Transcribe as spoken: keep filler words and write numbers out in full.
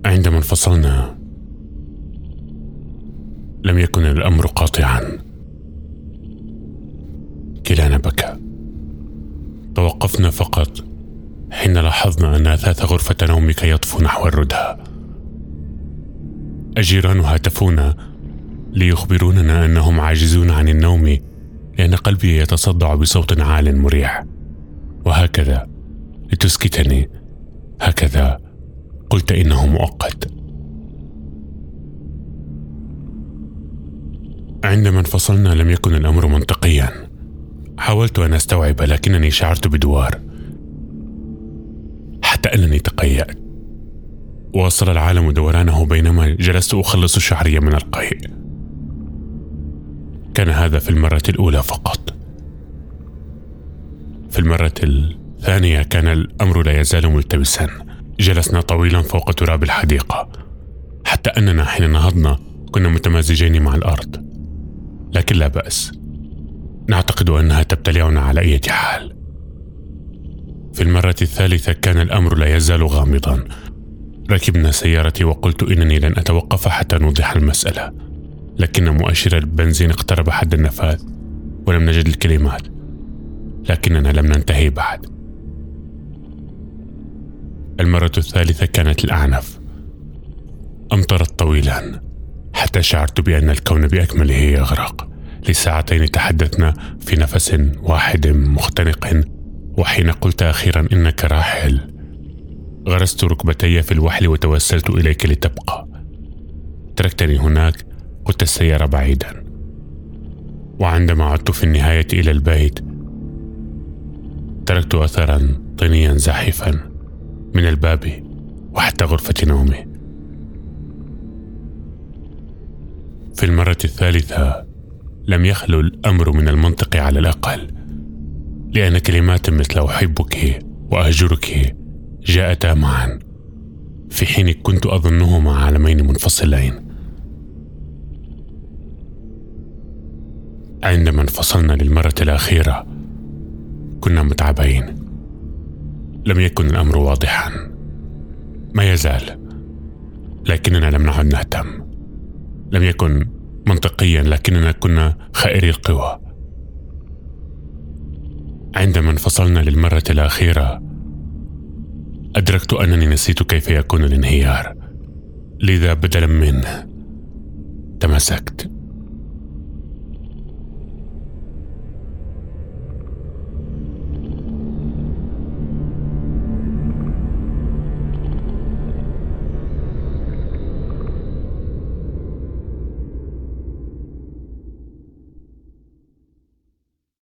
عندما انفصلنا لم يكن الأمر قاطعا. كلانا بكى. توقفنا فقط حين لاحظنا أن أثاث غرفة نومك يطفو نحو الردى. الجيران هاتفونا ليخبروننا أنهم عاجزون عن النوم لأن قلبي يتصدع بصوت عال مريح. وهكذا لتسكتني، هكذا قلت إنه مؤقت. عندما انفصلنا لم يكن الأمر منطقيا. حاولت أن أستوعب لكنني شعرت بدوار، حتى أنني تقيأت. واصل العالم دورانه بينما جلست أخلص شعري من القيء. كان هذا في المرة الأولى فقط. في المرة الثانية كان الأمر لا يزال ملتبسا. جلسنا طويلا فوق تراب الحديقة، حتى أننا حين نهضنا كنا متمازجين مع الأرض، لكن لا بأس، نعتقد أنها تبتلعنا على أي حال. في المرة الثالثة كان الأمر لا يزال غامضا. ركبنا سيارتي وقلت إنني لن أتوقف حتى نوضح المسألة، لكن مؤشر البنزين اقترب حد النفاذ ولم نجد الكلمات، لكننا لم ننتهي بعد. المرة الثالثة كانت الأعنف. أمطرت طويلا حتى شعرت بأن الكون بأكمله يغرق. لساعتين تحدثنا في نفس واحد مختنق، وحين قلت أخيرا إنك راحل غرست ركبتي في الوحل وتوسلت إليك لتبقى. تركتني هناك، قلت السيارة بعيدا. وعندما عدت في النهاية إلى البيت تركت أثرا طينيا زاحفا من الباب وحتى غرفة نومي. في المرة الثالثة لم يخلو الأمر من المنطق على الأقل، لأن كلمات مثل أحبك وأهجرك جاءتا معا في حين كنت أظنهما عالمين منفصلين. عندما انفصلنا للمرة الأخيرة كنا متعبين. لم يكن الأمر واضحا، ما يزال، لكننا لم نعد نهتم. لم يكن منطقيا، لكننا كنا خائري القوى. عندما انفصلنا للمرة الأخيرة أدركت أنني نسيت كيف يكون الانهيار، لذا بدلا منه تمسكت.